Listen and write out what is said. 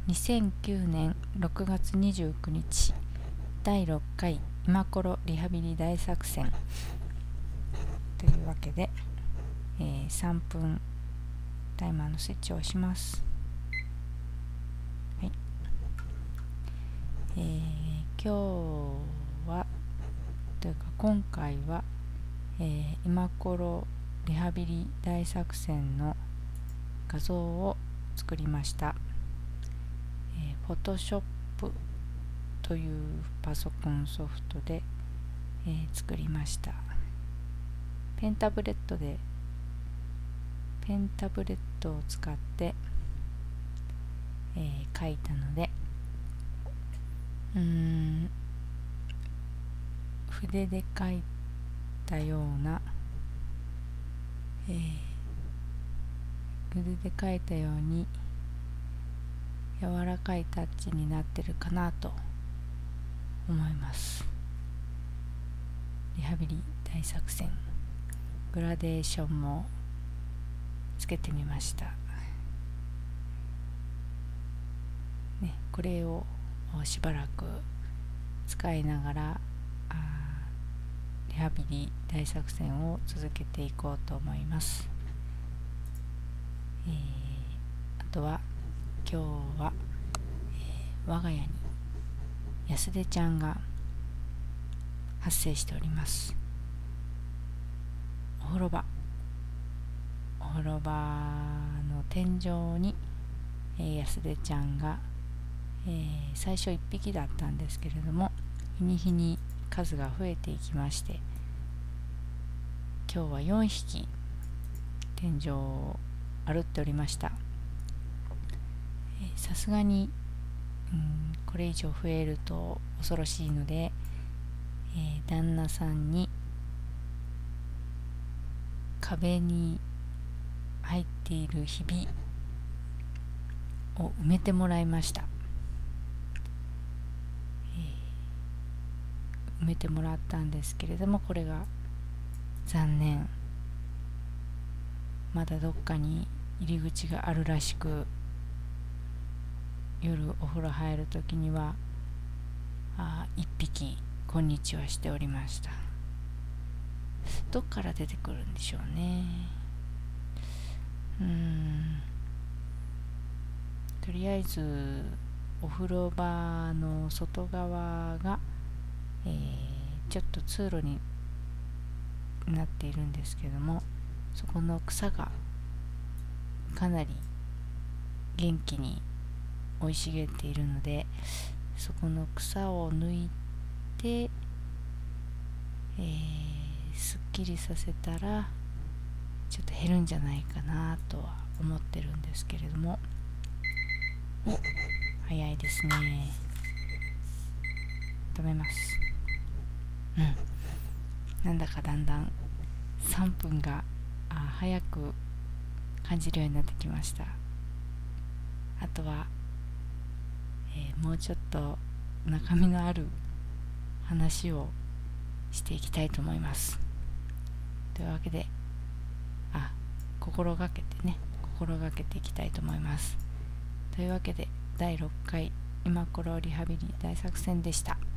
2009年6月29日第6回今頃リハビリ大作戦というわけで、3分タイマーのスイッチを押します。はい、今日はというか今回は、今頃リハビリ大作戦の画像を作りました。Photoshop というパソコンソフトで、作りました。ペンタブレットを使って、描いたので、筆で描いたような、に柔らかいタッチになってるかなと思います。リハビリ大作戦、グラデーションもつけてみました。これをしばらく使いながらリハビリ大作戦を続けていこうと思います。あとは今日は、我が家に安出ちゃんが発生しております。お風呂場の天井に、安出ちゃんが、最初1匹だったんですけれども、日に日に数が増えていきまして、今日は4匹天井を歩っておりました。さすがに、これ以上増えると恐ろしいので、旦那さんに壁に入っているひびを埋めてもらいました。埋めてもらったんですけれども、これが残念、まだどっかに入り口があるらしく、夜お風呂入るときには1匹こんにちはしておりました。どっから出てくるんでしょうね。とりあえずお風呂場の外側が、ちょっと通路になっているんですけども、そこの草がかなり元気に生い茂っているので、そこの草を抜いて、すっきりさせたらちょっと減るんじゃないかなとは思ってるんですけれども、早いですね。止めます。なんだかだんだん3分が早く感じるようになってきました。あとは、もうちょっと中身のある話をしていきたいと思います。というわけで心がけていきたいと思います。というわけで第6回今頃リハビリ大作戦でした。